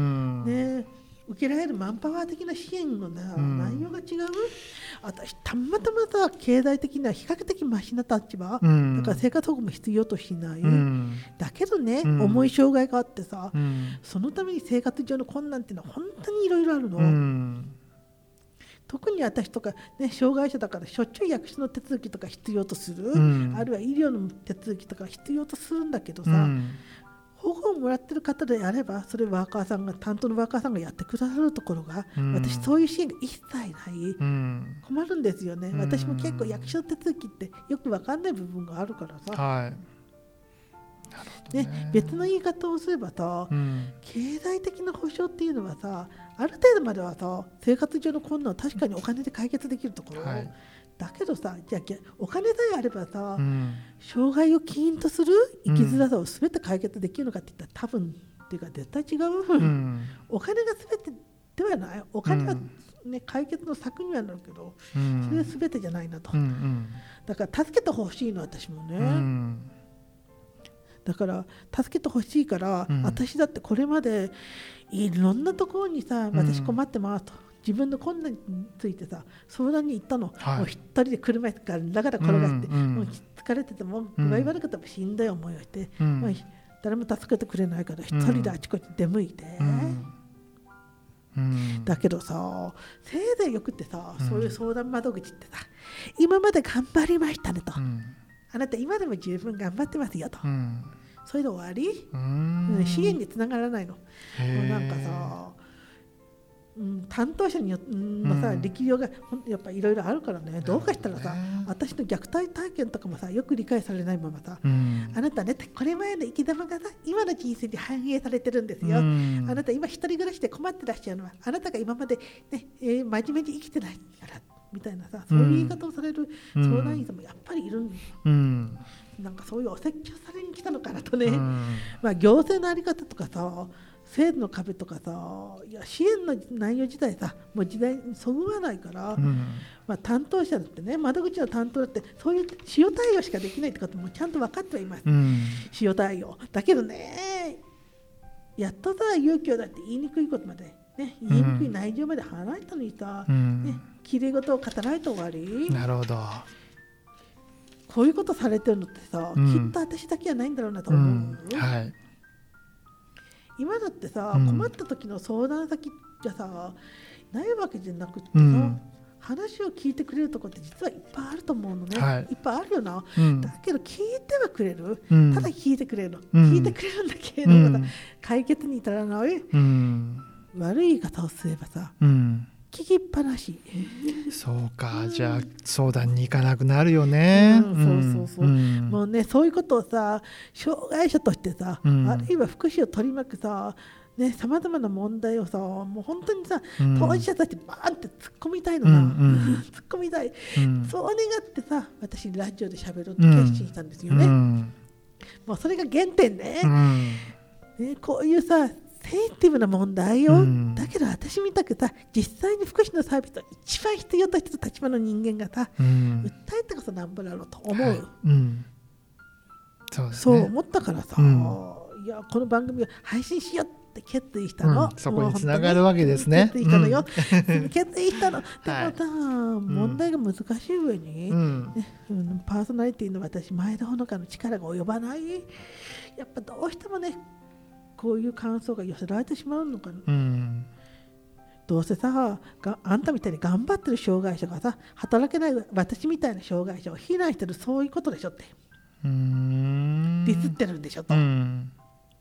Speaker 1: ね受けられるマンパワー的な支援の、ねうん、内容が違う。私たまたまさ経済的には比較的マシな立場、うん、だから生活保護も必要としない、うん、だけどね、うん、重い障害があってさ、うん、そのために生活上の困難っていうのは本当にいろいろあるの、うん、特に私とか、ね、障害者だからしょっちゅう役所の手続きとか必要とする、うん、あるいは医療の手続きとか必要とするんだけどさ、うん保護をもらってる方であればそれワーカーさんが担当のワーカーさんがやってくださるところが、うん、私そういう支援が一切ない、うん、困るんですよね、うん、私も結構役所手続きってよく分かんない部分があるからさ、はいなるほど ね, ね別の言い方をすればさ、うん、経済的な保障っていうのはさある程度まではさ生活上の困難を確かにお金で解決できるところ、はいだけどさじゃあお金さえあればさ、うん、障害を起因とする生きづらさを全て解決できるのかって言ったら多分っていうか絶対違う、うん、お金が全てではないお金は、ねうん、解決の策にはなるけど、うん、それは全てじゃないなと、うんうん、だから助けてほしいの私もね、うん、だから助けてほしいから、うん、私だってこれまでいろんなところにさ私困ってますと、うん自分の困難についてさ相談に行ったの、はい、もう一人で車椅子からだから転がって、うんうん、もう疲れてても具合悪かったらしんどい思いをして、うんまあ、誰も助けてくれないから一人であちこち出向いて、うんうん、だけどさせいぜいよくってさ、うん、そういう相談窓口ってさ今まで頑張りましたねと、うん、あなた今でも十分頑張ってますよと、うん、それで終わり、うん、支援につながらないの。もうなんかさうん、担当者によのさ、うん、力量がやっぱりいろいろあるからねどうかしたらさ、ね、私の虐待体験とかもさよく理解されないままさ、うん、あなたねこれ前の生き様がさ今の人生に反映されてるんですよ、うん、あなた今一人暮らしで困ってらっしゃるのはあなたが今まで、ねえー、真面目に生きてないからみたいなさそういう言い方をされる相談員さんもやっぱりいるんです、うん、なんかそういうお説教されに来たのかなとね、うんまあ、行政の在り方とかさ制度の壁とかさいや支援の内容自体さもう時代にそぐわないから、うんまあ、担当者だってね窓口の担当だってそういう塩対応しかできないってこともちゃんと分かってはいます、うん、塩対応だけどねやっとさ勇気をだって言いにくいことまで、ね、言いにくい内容まで話したのにさ、うんね、きれい事を語られて終わり
Speaker 3: なるほど
Speaker 1: こういうことされてるのってさ、うん、きっと私だけはないんだろうなと思う、うんはい今だってさ、うん、困った時の相談先じゃさないわけじゃなくってさ、うん、話を聞いてくれるところって実はいっぱいあると思うのね、はい、いっぱいあるよな、うん、だけど聞いてはくれる、うん、ただ聞いてくれるの、うん、聞いてくれるんだけど、うん、解決に至らない、うん、悪い言い方をすればさ、うん、 聞きっぱなし。
Speaker 3: そうか、じゃあ相談に行かなくなるよね。
Speaker 1: うん、そうそうそう、うん、もうねそういうことをさ障害者としてさ、うん、あるいは福祉を取り巻くささまざまな問題をさもう本当にさ、うん、当事者としてバーンって突っ込みたいのさ、うんうん、突っ込みたい、うん、そう願ってさ私ラジオで喋ろうと決心したんですよね、うん、もうそれが原点ね、うん、ねこういうさセンシティブな問題よ、うん、だけど私みたくさ実際に福祉のサービスを一番必要としてる立場の人間がさ、うん、訴えてこそなんぼだろうと思う、はいうん、そうですね、そう思ったからさ、うん、いやこの番組を配信しようって決意したの、
Speaker 3: うん、そこにつながるわけですね。
Speaker 1: 決意したのよ、うん、決意したのでもさ、はい、問題が難しい上に、うんねうん、パーソナリティの私前田ほのかの力が及ばない、やっぱどうしてもねこういう感想が寄せられてしまうのかな、うん、どうせさがあんたみたいに頑張ってる障害者がさ働けない私みたいな障害者を非難してるそういうことでしょって、うーんディスってるんでしょと、うん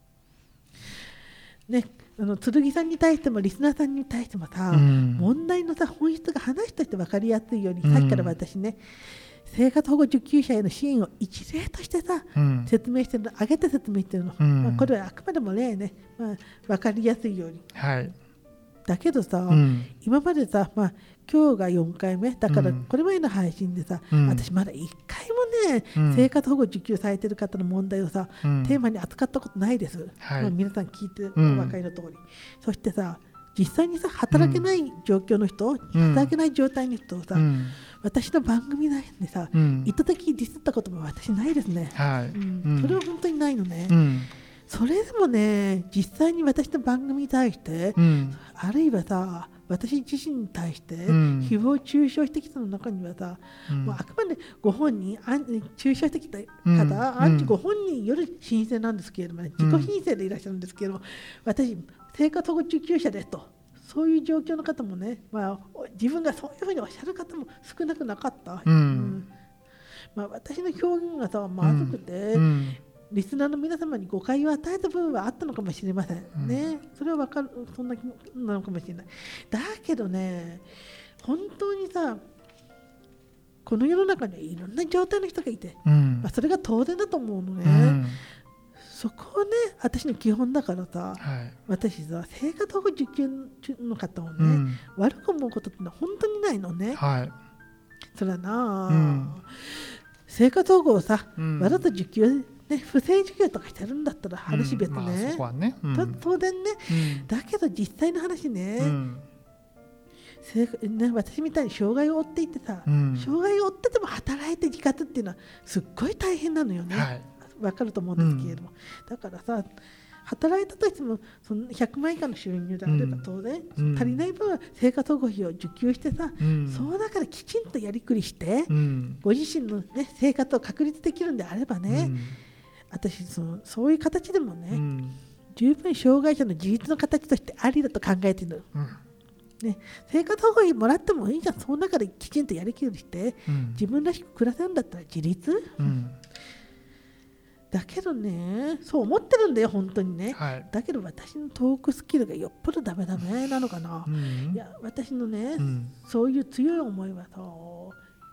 Speaker 1: ね、あの剣さんに対してもリスナーさんに対してもさ、うん、問題のさ本質が話として分かりやすいように、うん、さっきから私ね生活保護受給者への支援を一例としてさ、うん、説明してるの上げて説明してるの、うんまあ、これはあくまでも例ね、まあ、分かりやすいように、はい、だけどさ、うん、今までさ、まあ、今日がよんかいめだからこれまでの配信でさ、うん、私まだいっかいもね、うん、生活保護受給されてる方の問題をさ、うん、テーマに扱ったことないです、はいまあ、皆さん聞いてお分かりの通り、うん、そしてさ実際にさ働けない状況の人、うん、働けない状態の人をさ、うん、私の番組内でさ、うん、意図的にディスったことも私ないですね、はいうんうん、それは本当にないのね、うん、それでもね実際に私の番組に対して、うん、あるいはさ私自身に対して誹謗中傷してきたの中にはさ、うん、もうあくまでご本人中傷してきた方、うん、アンチご本人より申請なんですけれども、ね、自己申請でいらっしゃるんですけれども、私生活保護受給者ですとそういう状況の方もね、まあ、自分がそういうふうにおっしゃる方も少なくなかった、うんうんまあ、私の表現がさまずくて、うんうんリスナーの皆様に誤解を与えた部分はあったのかもしれませんね、うん、それは分かるそんななのかもしれない。だけどね本当にさこの世の中にはいろんな状態の人がいて、うんまあ、それが当然だと思うのね、うん、そこをね私の基本だからさ、はい、私さ生活保護受給の方をね、うん、悪く思うことってのは本当にないのね、はい、それはな、うん、生活保護をさ、うん、わざと受給ね、不正受給とかしてるんだったら話別ね、うんまあそこはねうん、当然ね、うん、だけど実際の話ね、うんね、私みたいに障害を負っていてさ、うん、障害を負ってても働いて自活っていうのはすっごい大変なのよね、はい、分かると思うんですけれども、うん、だからさ働いたとしてもそのひゃくまん以下の収入であれば当然、うん、足りない分は生活保護費を受給してさ、うん、そうだからきちんとやりくりして、うん、ご自身の、ね、生活を確立できるんであればね、うん私そのそういう形でもね、うん、十分障害者の自立の形としてありだと考えている、うんね、生活保護費もらってもいいじゃんその中できちんとやりきるして、うん、自分らしく暮らせるんだったら自立、うん、だけどねそう思ってるんだよ本当にね、はい、だけど私のトークスキルがよっぽどダメダメなのかな、うん、いや私のね、うん、そういう強い思いはそう、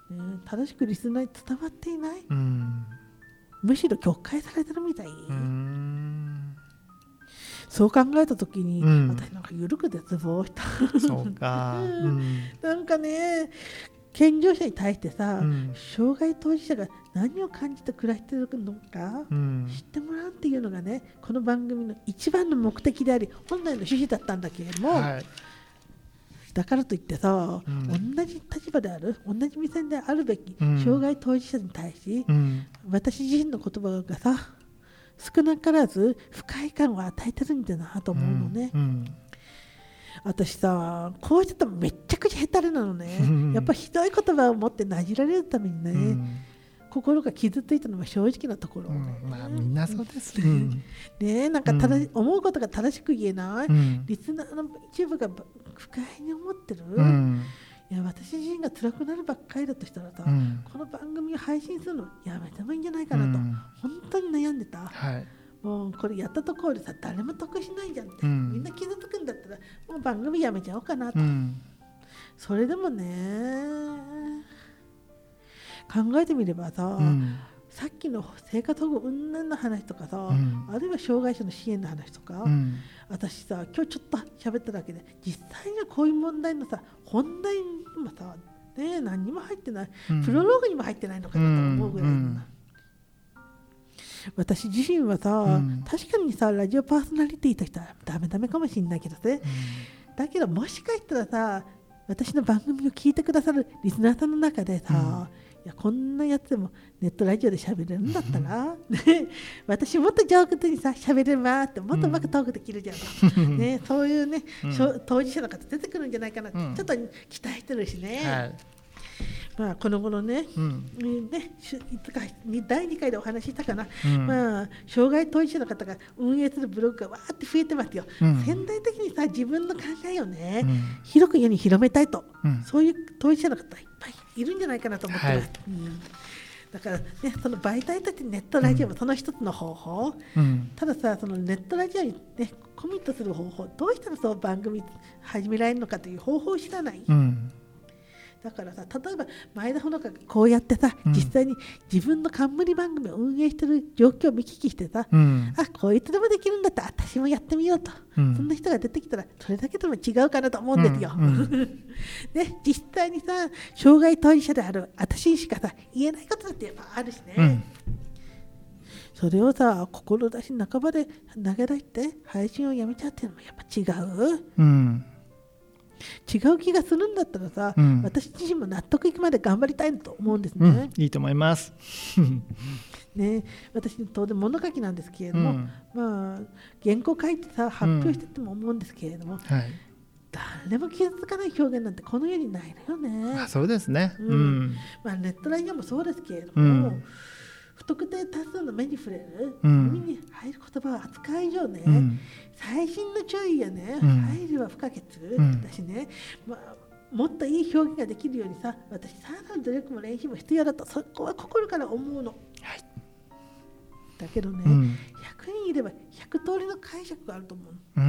Speaker 1: ね、正しくリスナーに伝わっていない、うんむしろ曲解されてるみたい。うーんそう考えたときに、うん、私なんか緩く絶望した。そうか、うん、なんかね健常者に対してさ、うん、障害当事者が何を感じて暮らしているのか、うん、知ってもらうっていうのがねこの番組の一番の目的であり本来の趣旨だったんだけれども、はいだからといってさ、うん、同じ立場である同じ目線であるべき、うん、障害当事者に対し、うん、私自身の言葉がさ少なからず不快感を与えてるんだなと思うのね、うんうん、私さこうしてたらめっちゃくちゃヘタレなのね、うん、やっぱひどい言葉を持ってなじられるためにね、うん心が傷ついたのは正直なところ、
Speaker 3: うんまあ、みんなそうです、うん、
Speaker 1: ねなんかただ、うん、思うことが正しく言えない、うん、リスナーの一部が不快に思ってる、うん、いや私自身が辛くなるばっかりだとしたらさ、うん、この番組を配信するのやめてもいいんじゃないかなと、うん、本当に悩んでた、はい、もうこれやったところでさ誰も得しないじゃんって、うん、みんな傷つくんだったらもう番組やめちゃおうかなと、うんそれでもね考えてみればさ、うん、さっきの生活保護云々の話とかさ、うん、あるいは障害者の支援の話とか、うん、私さ今日ちょっと喋っただけで実際にはこういう問題のさ本題にもさ、ね、何にも入ってない、うん、プロローグにも入ってないのかなと思うぐらいだな、うんうん私自身はさ、うん、確かにさラジオパーソナリティとしてはダメダメかもしれないけどね、うん、だけどもしかしたらさ私の番組を聞いてくださるリスナーさんの中でさ、うん、いやこんなやつでもネットラジオで喋れるんだったら、うんね、私もっと上手にさ喋れるわってもっとうまくトークできるじゃん、うんね、そういうね、うん、当事者の方出てくるんじゃないかなって、うん、ちょっと期待してるしね、はいまあ、この頃ね、うん、ねいつかだいにかいでお話ししたかな、うんまあ、障害当事者の方が運営するブログがわーって増えてますよ、うん、潜在的にさ自分の考えをね、うん、広く世に広めたいと、うん、そういう当事者の方いっぱいいるんじゃないかなと思ってます、はいうんだからね、その媒体としてネットラジオもその一つの方法、うん、たださそのネットラジオに、ね、コミットする方法どうしたらそう番組始められるのかという方法を知らない、うんだからさ例えば前田ほのかがこうやってさ、うん、実際に自分の冠番組を運営している状況を見聞きしてさ、うん、あこいつでもできるんだったら私もやってみようと、うん、そんな人が出てきたらそれだけでも違うかなと思うんですよ、うんうん、で実際にさ障害当事者である私にしかさ言えないことだってやっぱあるしね、うん、それをさ志半ばで投げ出して配信をやめちゃうっていうのもやっぱ違う、うん違う気がするんだったらさ、うん、私自身も納得いくまで頑張りたいと思うんですね、
Speaker 3: うん、いいと思います
Speaker 1: ね私当然物書きなんですけれども、うん、まあ原稿書いてさ発表してっても思うんですけれども、うんはい、誰も傷つかない表現なんてこの世にないのよね
Speaker 3: あそうですね、
Speaker 1: うんうんまあ、ネットラジオもそうですけれども、うん不特定多数の目に触れる、うん、耳に入る言葉を扱う以上ね、うん、細心の注意やね、うん、配慮は不可欠だしね、うんまあ、もっといい表現ができるようにさ私さらなる努力も練習も必要だとそこは心から思うの、はい、だけどね、うん、ひゃくにんいればひゃく通りの解釈があると思う、うん、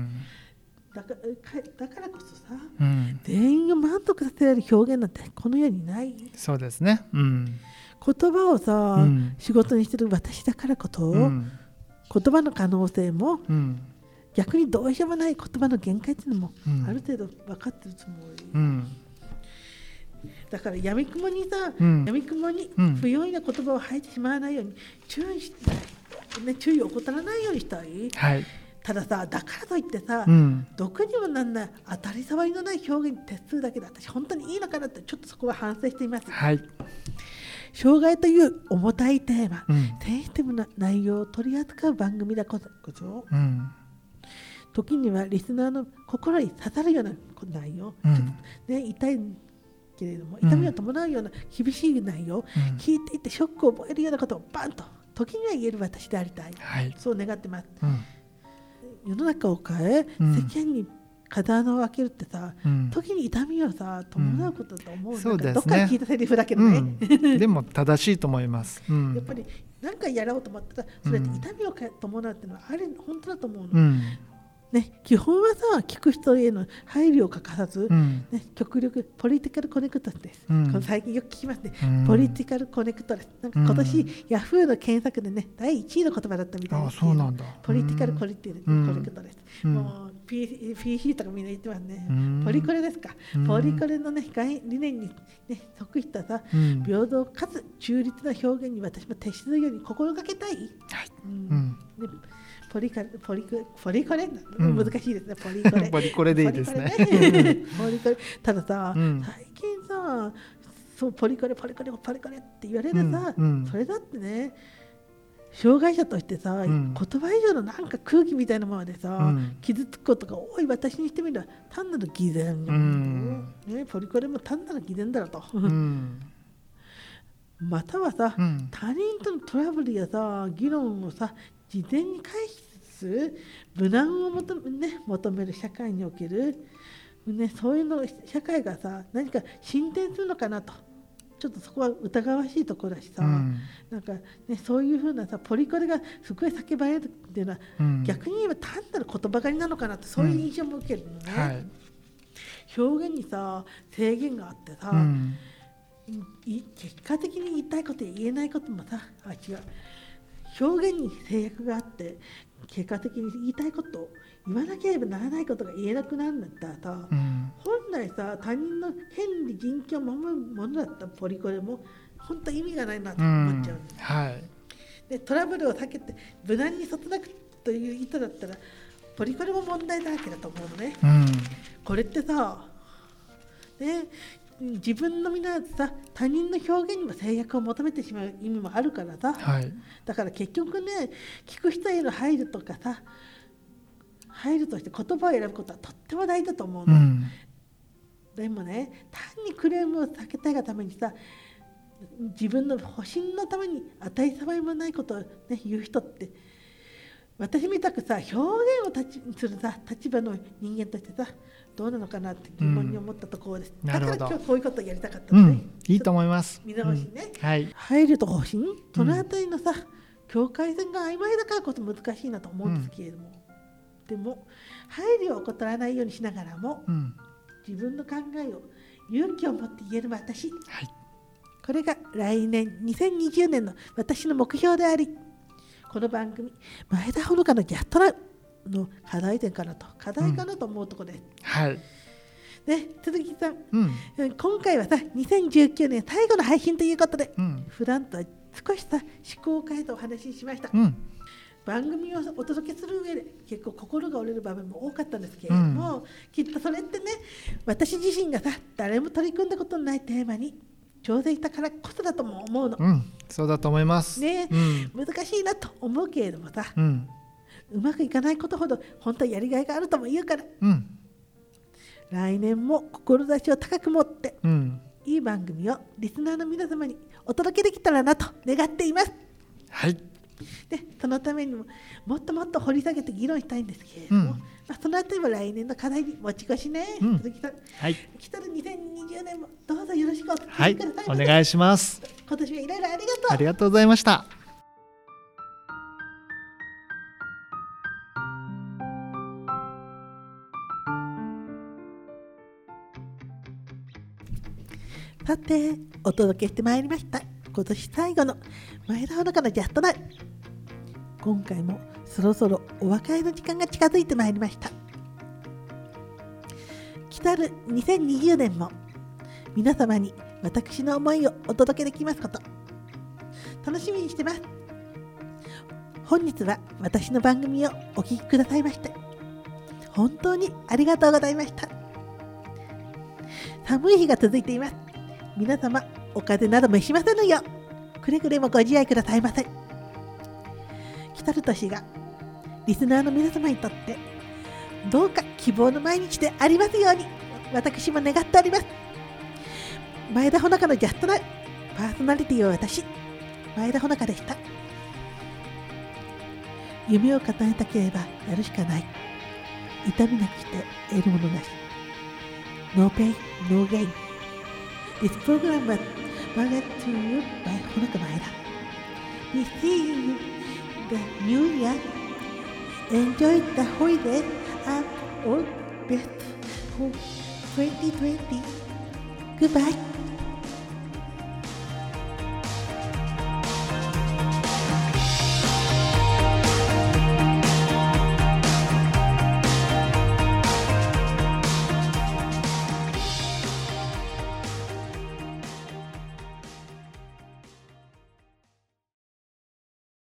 Speaker 1: だから、だからこそさ、うん、全員を満足させられる表現なんてこの世にない
Speaker 3: そうですね、うん
Speaker 1: 言葉をさ、うん、仕事にしてる私だからこそ、うん、言葉の可能性も、うん、逆にどうしようもない言葉の限界っていうのも、うん、ある程度分かってるつもり、うん、だからやみくもにさ、うん、やみくもに不用意な言葉を吐いてしまわないように注意したい、ね、注意を怠らないようにしたい、はい、たださだからといってさ、うん、毒にもなんない当たり障りのない表現に徹するだけで私本当にいいのかなってちょっとそこは反省しています、はい障害という重たいテーマ、うん、センシティブな内容を取り扱う番組だことこそ、うん、時にはリスナーの心に刺さるような内容、うん、ね、痛いけれども痛みを伴うような厳しい内容、うん、聞いていてショックを覚えるようなことをバンと時には言える私でありたい、はい、そう願ってます、うん、世の中を変え、うん、世間に風穴を開けるってさ、うん、時に痛みをさ伴うことだと思う、うん、そうですね、どっかで聞いたセリフだけどね、
Speaker 3: うん、でも正しいと思います、うん、
Speaker 1: やっぱり何かやろうと思ったらそれって痛みを伴うっていうのはあれ本当だと思うの、うんね、基本はさ聞く人への配慮を欠かさず、うんね、極力ポリティカルコネクトです、うん、この最近よく聞きますね、うん、ポリティカルコネクトですなんか今年、うん、ヤフーの検索でねだいいちいの言葉だったみたいですけど、ポリティカルコネクトです、うん、コネクトです、うん、もう ピーシー とかみんな言ってますね、うん、ポリコレですか、うん、ポリコレの、ね、理念に、ね、即したさ、うん、平等かつ中立な表現に私も徹するように心がけたい、はいうんうんねポリカルポリコレポリコレ、うん、難しいですねポリコレ
Speaker 3: ポリコレでいいですね
Speaker 1: ポリコレたださ、うん、最近さそうポリコレポリコレポリコレって言われるさ、うんうん、それだってね障害者としてさ、うん、言葉以上のなんか空気みたいなものでさ、うん、傷つくことが多い私にしてみれば単なる偽善、うんね、ポリコレも単なる偽善だろうと、うん、またはさ、うん、他人とのトラブルやさ議論をさ事前に回避す無難を求め、ね、求める社会における、ね、そういうの社会がさ何か進展するのかなとちょっとそこは疑わしいところだしさ、うん、なんかね、そういうふうなさポリコレがすごい叫ばれるっていうのは、うん、逆に言えば単なる言葉狩りなのかなってそういう印象も受けるのね、うんはい、 表現にさ制限があってさ、
Speaker 3: うん
Speaker 1: い結果的に言いたいことや言えないこともさあ違う表現に制約があって結果的に言いたいことを言わなければならないことが言えなくなるんだったらさ、
Speaker 3: うん、
Speaker 1: 本来さ他人の権利人権を守るものだったポリコレも本当意味がないなと思っちゃう、
Speaker 3: うんはい、
Speaker 1: でトラブルを避けて無難にそつなくという意図だったらポリコレも問題だらけだと思うのね、
Speaker 3: うん、
Speaker 1: これってさ、ね、自分のみならずさ他人の表現にも制約を求めてしまう意味もあるからさ、
Speaker 3: はい、
Speaker 1: だから結局ね聞く人への配慮とかさ配慮として言葉を選ぶことはとっても大事だと思うの、うん、でもね単にクレームを避けたいがためにさ自分の保身のために値障りもないことを、ね、言う人って私みたくさ表現を立ちするさ立場の人間としてさどうなのかなって疑問に思ったところです、うん、だから今日こういうことをやりたかったのね、うん、
Speaker 3: いいと思います
Speaker 1: 見直しね、
Speaker 3: うんはい、
Speaker 1: 配慮と保身そのあたりのさ、うん、境界線が曖昧だからこそ難しいなと思うんですけれども、うん、でも配慮を怠らないようにしながらも、うん、自分の考えを勇気を持って言える私、はい、これが来年にせんにじゅうねんの私の目標でありこの番組前田ほのかのギャットラの課題点かなと課題かなと思うところです、うん
Speaker 3: はい
Speaker 1: ね、鈴木さん、うん、今回はさにせんじゅうきゅうねん最後の配信ということで、うん、普段とは少しさ思考を変えてお話ししました、うん、番組をお届けする上で結構心が折れる場面も多かったんですけれども、うん、きっとそれってね私自身がさ誰も取り組んだことのないテーマに挑戦したからこそだとも思うの、
Speaker 3: うん、そうだと思います
Speaker 1: ね、うん、難しいなと思うけれどもさ、うん、うまくいかないことほど本当はやりがいがあるとも言うから、うん、来年も志を高く持って、うん、いい番組をリスナーの皆様にお届けできたらなと願っています。
Speaker 3: はい。
Speaker 1: でそのためにももっともっと掘り下げて議論したいんですけれども、うんまあ、そのあたりも来年の課題に持ち越しね、うん、鈴木さん、はい、来たるにせんにじゅうねんもどうぞよろしくお付き合いください、
Speaker 3: はい、お願いします。
Speaker 1: 今年はいろいろありがとう
Speaker 3: ありがとうございました。
Speaker 1: さてお届けしてまいりました今年最後の前田ほのかのジャストナウ。今回もそろそろお別れの時間が近づいてまいりました。来たるにせんにじゅうねんも皆様に私の思いをお届けできますこと楽しみにしてます。本日は私の番組をお聞きくださいまして本当にありがとうございました。寒い日が続いています。皆様お風邪など召しませぬようくれぐれもご自愛くださいませ。来たる年がリスナーの皆様にとってどうか希望の毎日でありますように私も願っております。前田ほのかのジャストナウパーソナリティは私前田ほのかでした。夢を叶えたければやるしかない。痛みなくして得るものなし。 No pain, no gain. This program was brought to you by ほのか前田。 We see you the new year. Enjoy the holidays and all best for twenty twenty. Goodbye.